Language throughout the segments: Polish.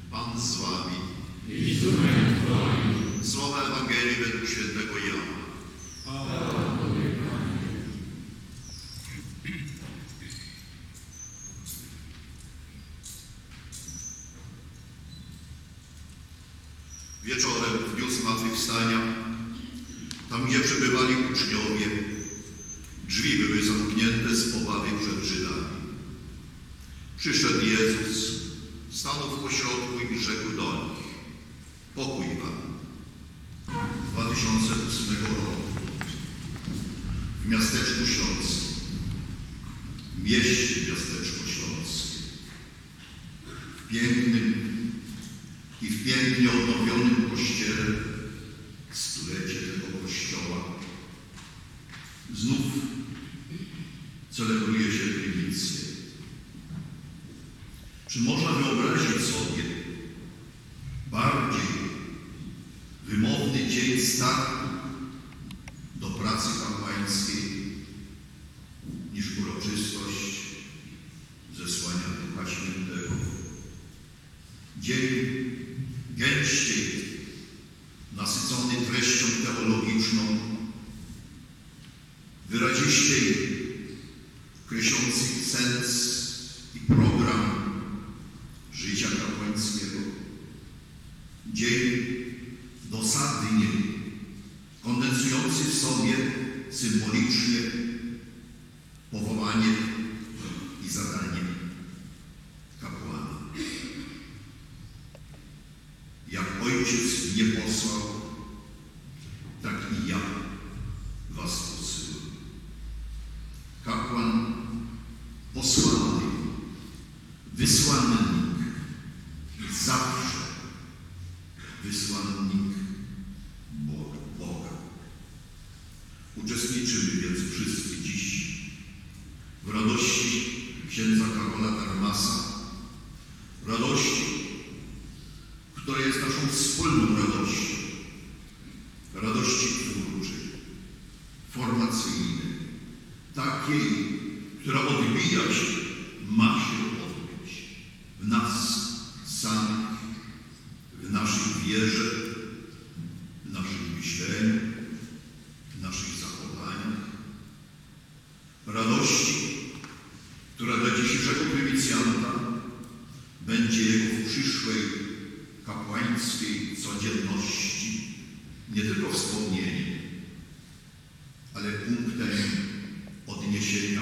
Pan z wami. I z duchem Twoim. Słowa Ewangelii według świętego Jana. Chwała Tobie, Panie. Wieczorem, w dniu zmartwychwstania, tam gdzie przebywali uczniowie, drzwi były zamknięte z obawy przed Żydami. Przyszedł Jezus, stanął w pośrodku i rzekł do nich: pokój wam. 2008 roku w miasteczku śląskim, mieście miasteczko śląskie, w pięknie odnowionym kościele, stulecie tego kościoła, znów celebruje się Primicję. Czy można wyobrazić sobie bardziej wymowny dzień startu do pracy kapłańskiej niż uroczystość zesłania Ducha Świętego? Dzień gęściej nasycony treścią teologiczną, wyraziściej kreślący sens i program życia kapłańskiego. Dzień dosadnie kondensujący w sobie symbolicznie powołanie i zadanie kapłana. Jak Ojciec mnie posłał, tak i ja was posyłam. Kapłan posłany, wysłannik, zawsze wysłannik Boga. Uczestniczymy więc wszyscy dziś w radości księdza Karola Darmasa, radości, która jest naszą wspólną radością, radości twórczej, formacyjnej, takiej, która odbijać ma się odbyć w nas samych, w naszej wierze, w naszym myśleniu, w naszych zachowaniach. Radości, która dla dzisiejszego prymicjanta będzie jego przyszłej kapłańskiej codzienności nie tylko wspomnieniem, ale punktem odniesienia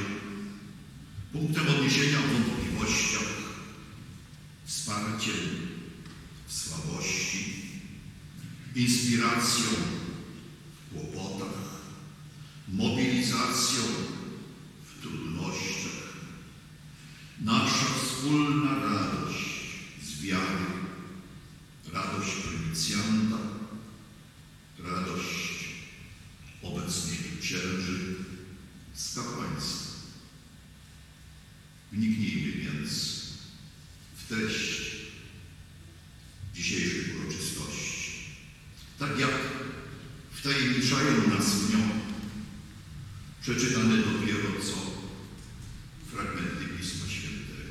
w wątpliwościach, wsparciem w słabości, inspiracją w kłopotach, mobilizacją w trudnościach. Nasza wspólna radość z wiary, radość prymicjanta, radość obecnych księży z kapłaństwa. Wniknijmy więc w treść dzisiejszej uroczystości. Tak jak wtajemniczają nas w nią przeczytane dopiero co fragmenty Pisma Świętego.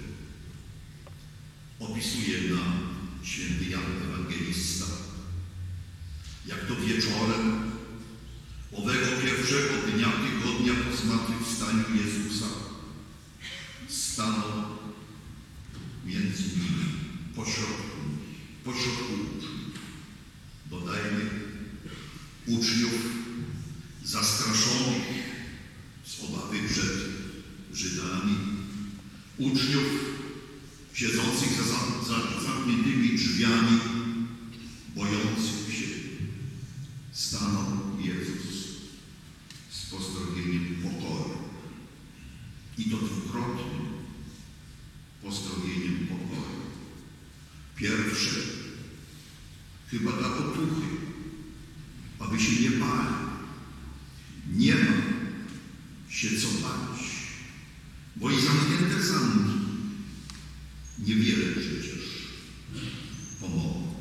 Opisuje nam święty Jan Ewangelista, jak to wieczorem owego pierwszego dnia tygodnia po zmartwychwstaniu Jezusa stanął między nimi, pośrodku uczniów. Dodajmy, uczniów zastraszonych z obawy przed Żydami, uczniów siedzących za zamkniętymi drzwiami, bojących się. Stanął Jezus z pozdrowieniem pokoju. I to dwukrotnie pozdrowieniem pokoju. Pierwsze, chyba dla otuchy, aby się nie bali. Nie ma się co bać, bo i zamknięte zamki niewiele przecież pomogą.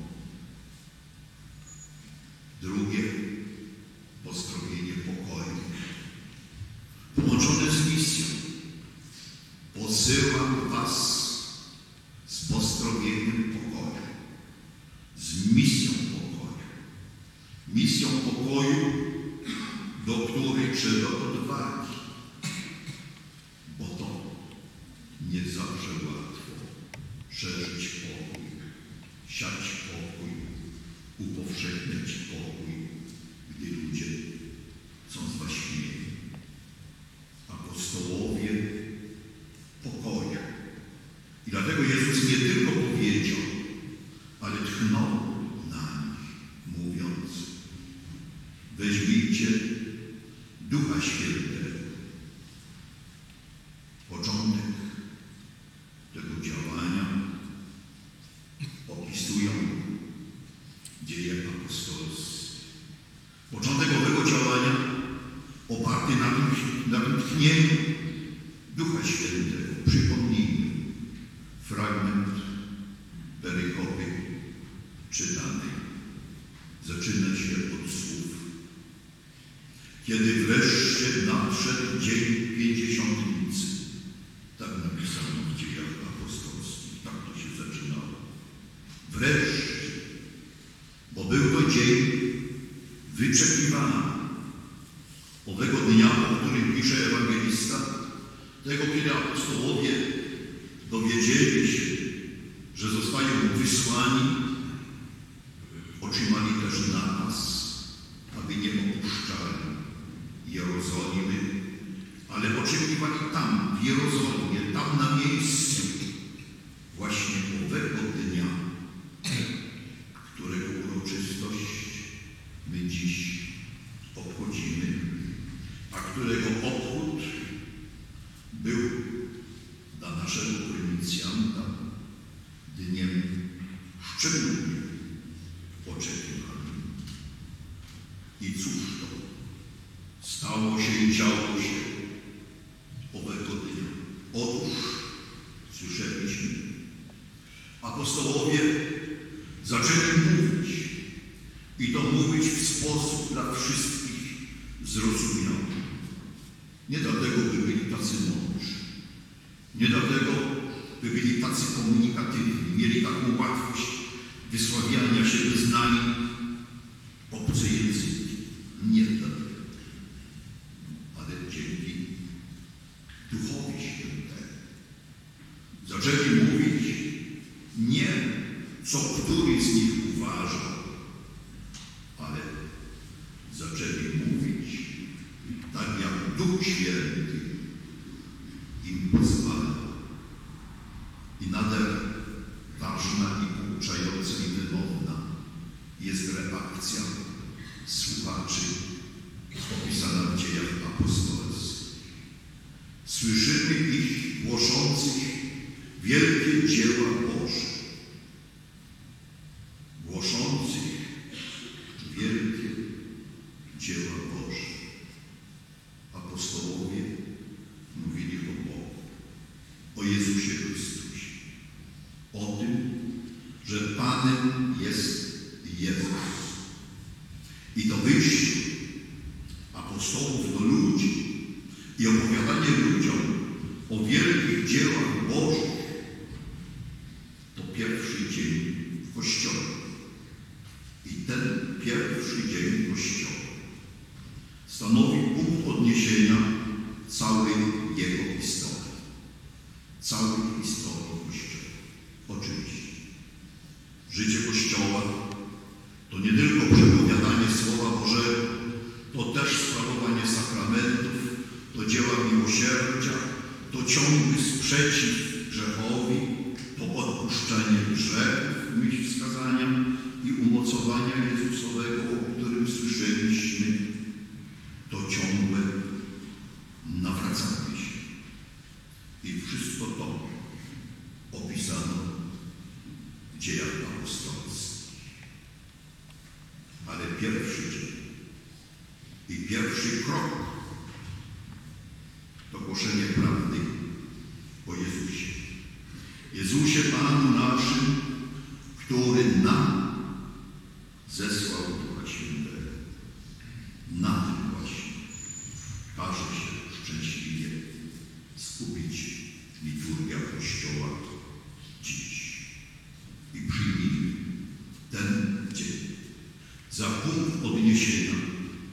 Drugie, pozdrowienie pokoju, połączone z misją. Posyłam was z pozdrowieniem pokoju. trzeba odwagi, bo to nie zawsze łatwo szerzyć pokój, siać pokój, upowszechniać pokój, gdy ludzie są zwaśnieni. Apostołowie pokoju. I dlatego Jezus nie tylko powiedział, ale tchnął na nich, mówiąc: weźmijcie Ducha Świętego. Początek tego działania opisują Dzieje apostolskie. Początek owego działania oparty na tym tchnieniu Ducha Świętego. Przypomnijmy fragment perykopy czytanej. Zaczyna się od słów: kiedy wreszcie nadszedł dzień Pięćdziesiątnicy. Tak napisano w Dziejach apostolskich. Tak to się zaczynało. Wreszcie. Bo był to dzień wyczekiwany. Owego dnia, o którym pisze ewangelista, tego, kiedy apostołowie dowiedzieli się, że zostają wysłani, otrzymali też nakaz, aby nie opuszczali Jerozolimy, ale oczekiwali tam, w Jerozolimie, tam na miejscu, właśnie owego dnia, którego uroczystość my dziś obchodzimy, a którego obchód był dla naszego prowincjanta dniem szczególnie oczekiwanym. I cóż to stało się i działo się owego dnia? Otóż słyszeliśmy, apostołowie zaczęli mówić, i to mówić w sposób dla wszystkich zrozumiały. Nie dlatego, by byli tacy mądrzy, nie dlatego, by byli tacy komunikatywni, mieli taką łatwość wysławiania się, by znali obce języki. Nie dlatego, ale dzięki Duchowi Świętemu. Zaczęli mówić nie, co któryś z nich uważał, ale zaczęli mówić tak, jak Duch Święty im pozwala. I nader ważna i pouczająca i wymowna jest reakcja słuchaczy opisana w Dziejach apostolskich. Słyszymy ich głoszących wielkie dzieła Boże. Głoszących wielkie dzieła Boże. Apostołowie mówili o Bogu, o Jezusie Chrystusie, o tym, że Panem jest Jezus. I to wyjście apostołów do ludzi i opowiadanie ludziom o wielkich dziełach Bożych to pierwszy dzień w Kościele. I ten pierwszy dzień Kościoła stanowi punkt odniesienia całej jego historii. Całej historii Kościoła. Oczywiście. Życie Kościoła to nie tylko przepowiadanie Słowa Bożego, to też sprawowanie sakramentów, to dzieła miłosierdzia, to ciągły sprzeciw grzechowi, to odpuszczenie grzechów w myśl wskazania i umocowania Jezusowego, o którym słyszeliśmy, to ciągłe nawracanie się. I wszystko to opisano w Dziejach apostolskich. Ale pierwszy dzień i pierwszy krok to głoszenie prawdy o Jezusie. Jezusie Panu naszym, który nam zesłał Ducha Świętego. Na tym właśnie każe się szczęśliwie skupić liturgia Kościoła dziś. I przyjmijmy ten dzień za punkt odniesienia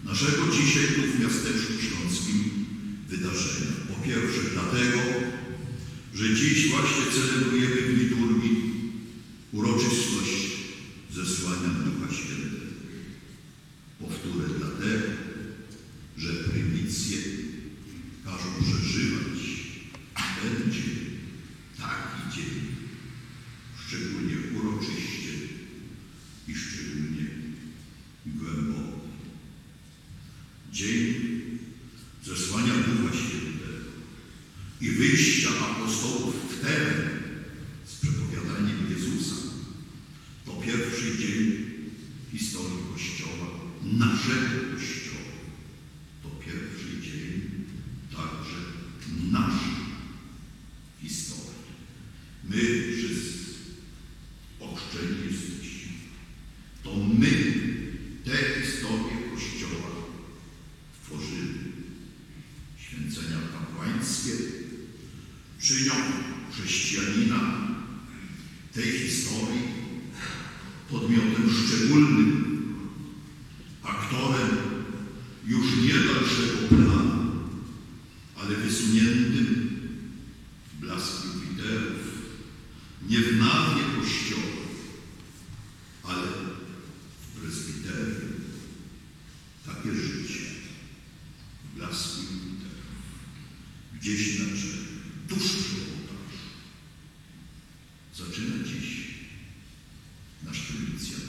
naszego dzisiaj tu w miasteczku śląskim wydarzenia. Po pierwsze dlatego, że dziś właśnie celebrujemy w liturgii uroczystość zesłania Ducha Świętego. Powtórę dlatego, że prymicje każą przeżywać będzie taki dzień, szczególnie uroczyście i szczególnie głęboko. Dzień zesłania Ducha Świętego i wyjścia apostołów w teren z przepowiadaniem Jezusa to pierwszy dzień historii Kościoła, naszego Kościoła. To pierwszy dzień także naszej historii. My wszyscy ochrzczeni jesteśmy. To my tę historię Kościoła tworzymy. Święcenia kapłańskie czynią chrześcijanina tej historii podmiotem szczególnym, aktorem już nie dalszego planu, ale wysuniętym w blask Jupiterów, nie w nawie Kościoła, ale w prezbiterium. Takie życie w blasku Jupiterów, gdzieś na czele, tuż przy ołtarzu. Zaczyna dziś nasz prynicjant.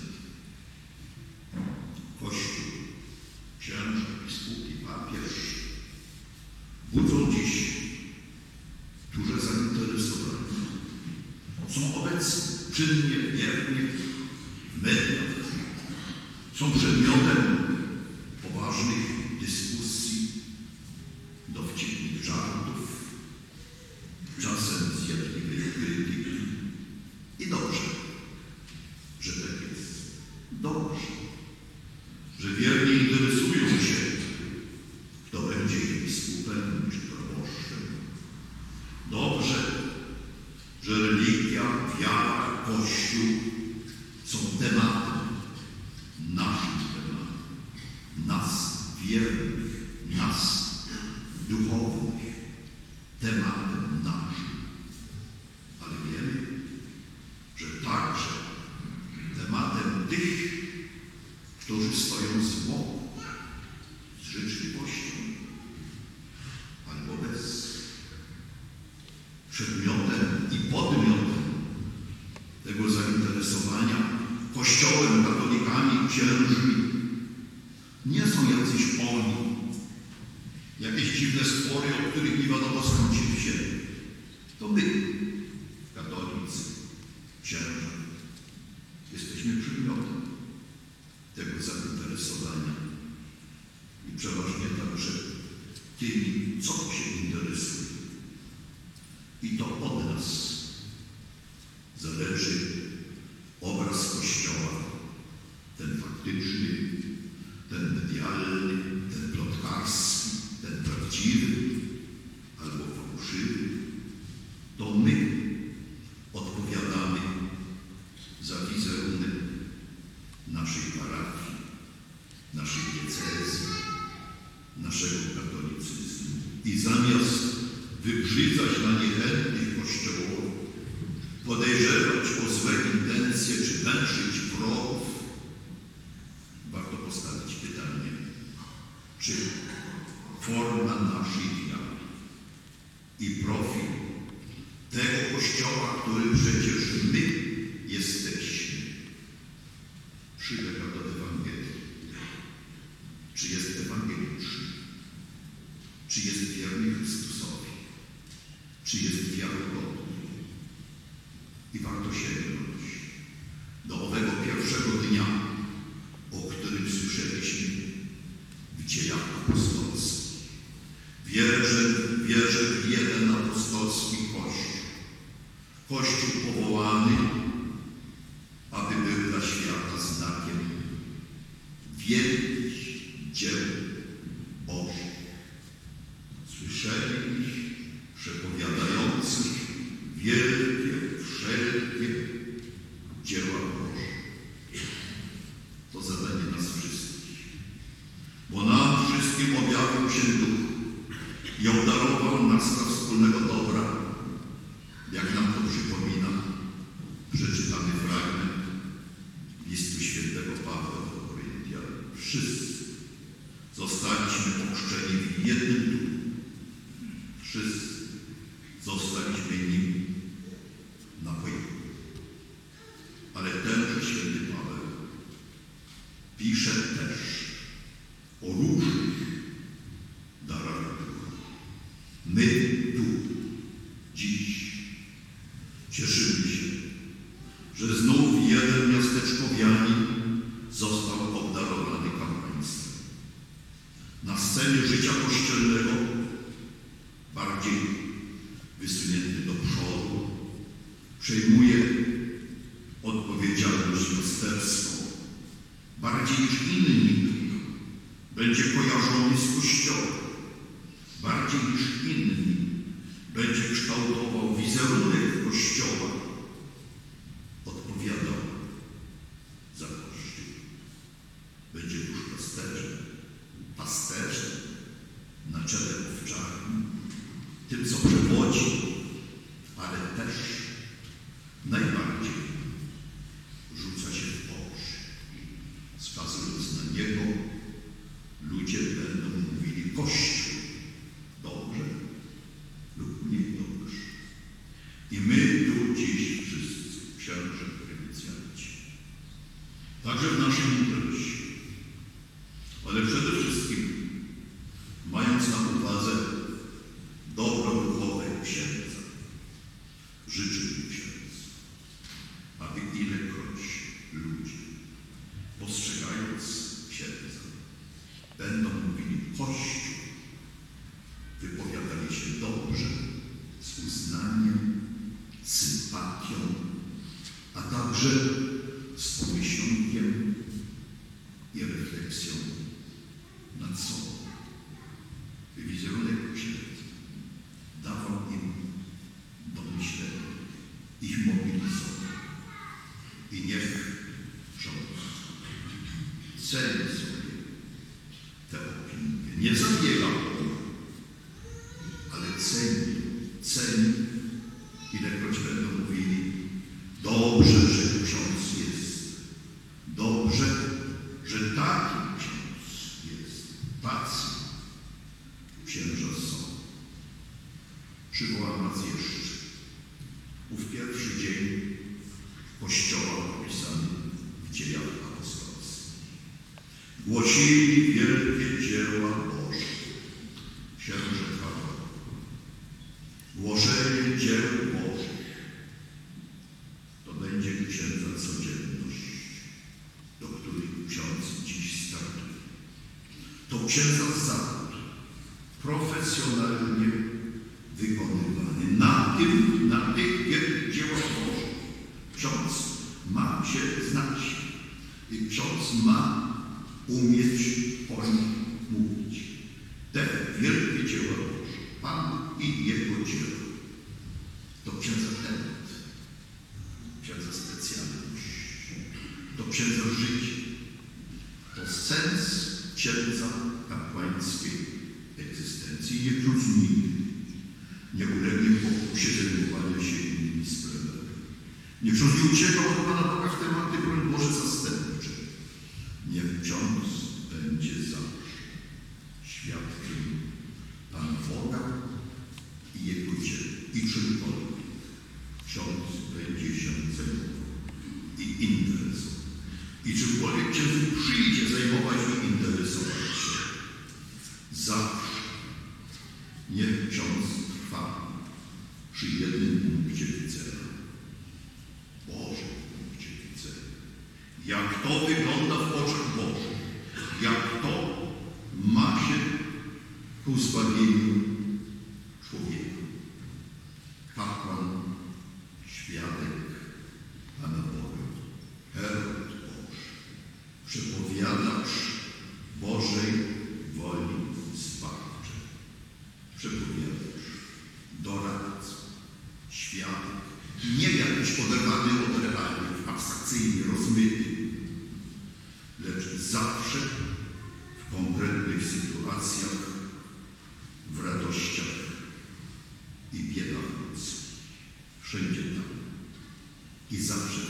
Kościół, księża, biskupi, papież budzą dziś duże zainteresowanie. Są obecni czynnie, wiernie w mediach. Są przedmiotem poważnych dyskusji, dowcipnych żartów, czasem zjadliwej krytyki. I dobrze, że tak jest. Dobrze, że wierni interesują się, kto będzie biskupem czy proboszczem. Dobrze, że religia, wiara, Kościół są tematem, naszym tematem, nas wiernych, nas duchowych, tematem naszym. Ale wiemy, że także tematem tych, którzy stoją z boku, z życzliwością albo bez. Przedmiotem i podmiotem tego zainteresowania Kościołem, katolikami, księżmi nie są jacyś oni, jakieś dziwne stwory, o których nie wiadomo skąd się wzięli. To my, katolicy, księża, jesteśmy przedmiotem tego zainteresowania i przeważnie także tymi, co się interesuje. I to od nas zależy obraz Kościoła, ten faktyczny, ten medialny, ten plotkarski, ten prawdziwy albo fałszywy. To my odpowiadamy za wizerunek naszej parafii, naszej diecezji, naszego katolicyzmu. I zamiast wybrzydzać na niechętnych Kościołowych, podejrzewać o złe intencje czy węszyć wrogów, warto postawić pytanie, czy forma naszej wiary i profil tego Kościoła, który przecież my jesteśmy, przylega do Ewangelii. Czy jest ewangeliczny? Czy jest wierny Chrystusowi? Czy jest wiarygodny? I warto sięgnąć do owego pierwszego dnia, o którym słyszeliśmy w Dziejach Apostolskich. Wierzę w jeden apostolski Kościół. Kościół powołany, aby był dla świata znakiem wielkich dzieł Bożych. Słyszeli ich przepowiadających wielkie, wszelkie dzieła Boże. To zadanie nas wszystkich. Bo przeczytamy fragment listu świętego Pawła do Koryntian. Wszyscy zostaliśmy ochrzczeni w jednym duchu. Wszyscy zostaliśmy nim napojeni. Ale tenże święty Paweł pisze też o różnych darach ducha. My tu, dziś cieszymy się, że znów jeden miasteczkowianin został obdarowany kapłaństwem. Na scenie życia kościelnego bardziej wysunięty do przodu przejmuje odpowiedzialność pasterską. Bardziej niż inni będzie kojarzony z Kościołem. Bardziej niż inni będzie kształtował wizerunek Kościoła. Odpowiadał za Kościół. Będzie pasterzem na czele owczarni, tym, co przewodzi, ale też najbardziej rzuca się w oczy. Wskazując na niego, ludzie będą mówili: Kościół dobrze lub mniej dobrze. I my tu dziś wszyscy, księże, pryncjaci, także w naszym interesie, ale przede wszystkim mając na uwadze dobro duchowe księdza, życzę mi księdzu, aby ilekroć ludzie, postrzegając księdza, będą mówili Kościół, wypowiadali się dobrze, z uznaniem, sympatią, a także z pomyślunkiem i refleksją nad sobą. Wizerunek księdza dawał im do myślenia, ich mobilizował. I niech ksiądz ceni sobie te opinie. Nie zabiega o nie, ale ceni, ilekroć będą mówili: dobrze, że ksiądz jest. Dobrze, że taki ksiądz jest. Tacy księża są. Przywołam raz jeszcze ów pierwszy dzień Kościoła opisany w Dziejach Apostolskich. Głosili wielkie dzieła Boże. Księże Paweł. Głoszenie dzieł Bożych to będzie księdza codzienność, do której ksiądz dziś startuje. To księdza zawód profesjonalnie wykonywany na tych wielkich dziełach Bożych. Ksiądz ma się znać i ksiądz ma umieć o nich mówić. Te wielkie dzieła Boże, Pan i Jego dzieło, to księdza temat, księdza specjalność, to księdza życie, to sens księdza kapłańskiej egzystencji. Niech ksiądz nigdy nie ulegnie pokusie zajmowania się innymi sprawami. Niech ksiądz nie ucieka od Pana Boga w tematy, broń Boże, zastępcze. Niech ksiądz będzie zawsze świadkiem Pana Boga i Jego dzieł. I czymkolwiek ksiądz będzie się zajmował i interesował. I czymkolwiek ksiądz przyjdzie zajmować i interesować się. Zawsze niech ksiądz trwa przy jednym punkcie widzenia. Bożym punkcie widzenia. Jak to wygląda w oczach Bożych. Jak to ma się ku zbawieniu człowieka. Kapłan, świadek Pana Boga, Herod Boży, przepowiadacz Bożej woli zbawczej, przepowiadacz, doradca, świadek, nie jakiś oderwany od realiów, abstrakcyjnie rozmyty, lecz zawsze w konkretnych sytuacjach, w radościach i biedach ludzkich. Wszędzie tam. I zawsze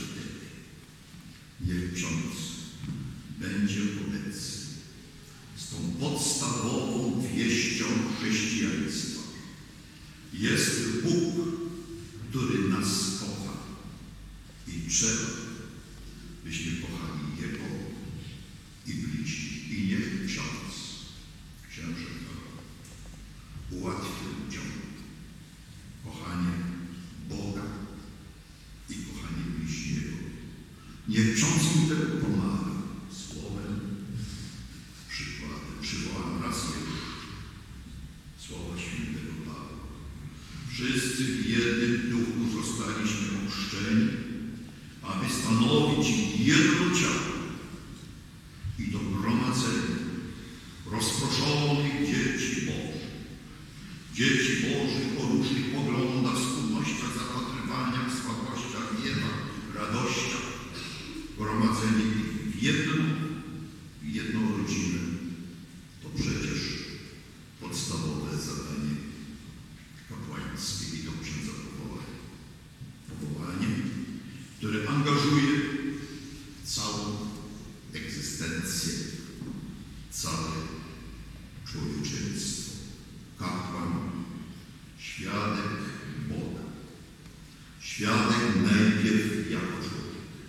ksiądz będzie obecny z tą podstawową wieścią chrześcijaństwa. Jest Bóg, który nas kocha i trzeba, byśmy kochali Jego i bliźnich. I niech księże ułatwi ludziom kochanie Boga i kochanie bliźniego. Niech ksiądz im tego pomaga słowem, przykładem. Przywołam raz jeszcze słowa świętego Pawła. Wszyscy w jednym duchu zostaliśmy ochrzczeni, aby stanowić jedno ciało i to gromadzenie rozproszonych dzieci Bożych. Dzieci Bożych o różnych poglądach, skłonnościach, zapatrywaniach, słabościach, gniewach, radościach. Gromadzenie ich w jedną rodzinę to przecież podstawowe zadanie kapłańskie i do księdza powołanie. Powołanie, które angażuje całą egzystencję, całe człowieczeństwo. Kapłan, świadek Boga. Świadek najpierw jako człowiek.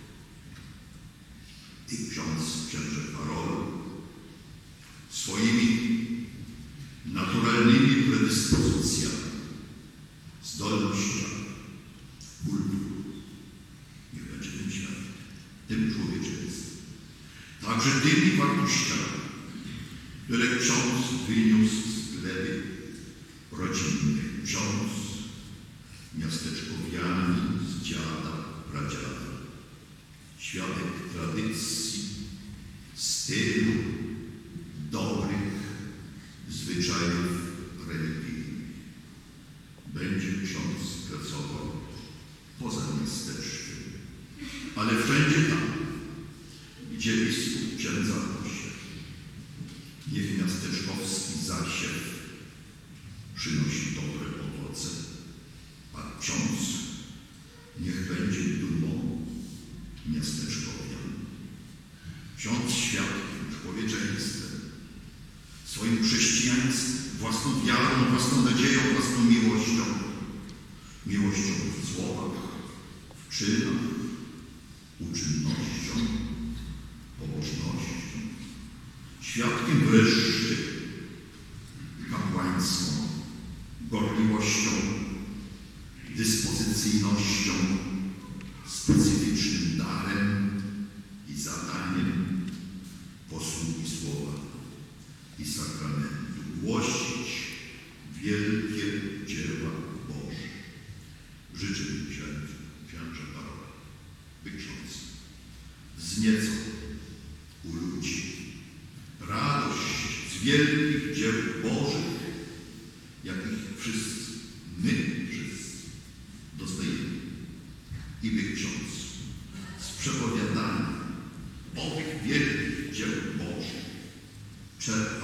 I księże Karol swoimi naturalnymi predyspozycjami, zdolnościami, kulturą, niech będzie tym świadkiem, tym człowieczeństwem. Także tymi wartościami, które ksiądz wyniósł z gleby rodzinnej. Ksiądz miasteczkowianin z dziada, pradziada. Świadek tradycji, stylu, dobrych zwyczajów religijnych. Będzie ksiądz pracował poza miasteczkiem, ale wszędzie tam, gdzie biskup księdza prosi. Niech miasteczkowski zasiew przynosi dobre owoce, a ksiądz niech będzie dumą miasteczkowian. Ksiądz świadkiem, człowieczeństwem, swoim chrześcijaństwem, własną wiarą, własną nadzieją, własną miłością. Miłością w słowach, w czynach, uczynnością, pobożnością. Świadkiem wreszcie kapłańską, gorliwością, dyspozycyjnością, specyficznym darem i zadaniem posługi słowa i sakramentu. Głosić wielkie dzieła Boże. Życzę mi księże Karol, by ksiądz wzniecał u ludzi radość z wielkich dzieł Bożych, jakich wszyscy, my wszyscy dostajemy. I by ksiądz z przepowiadania owych wielkich dzieł Bożych czerpał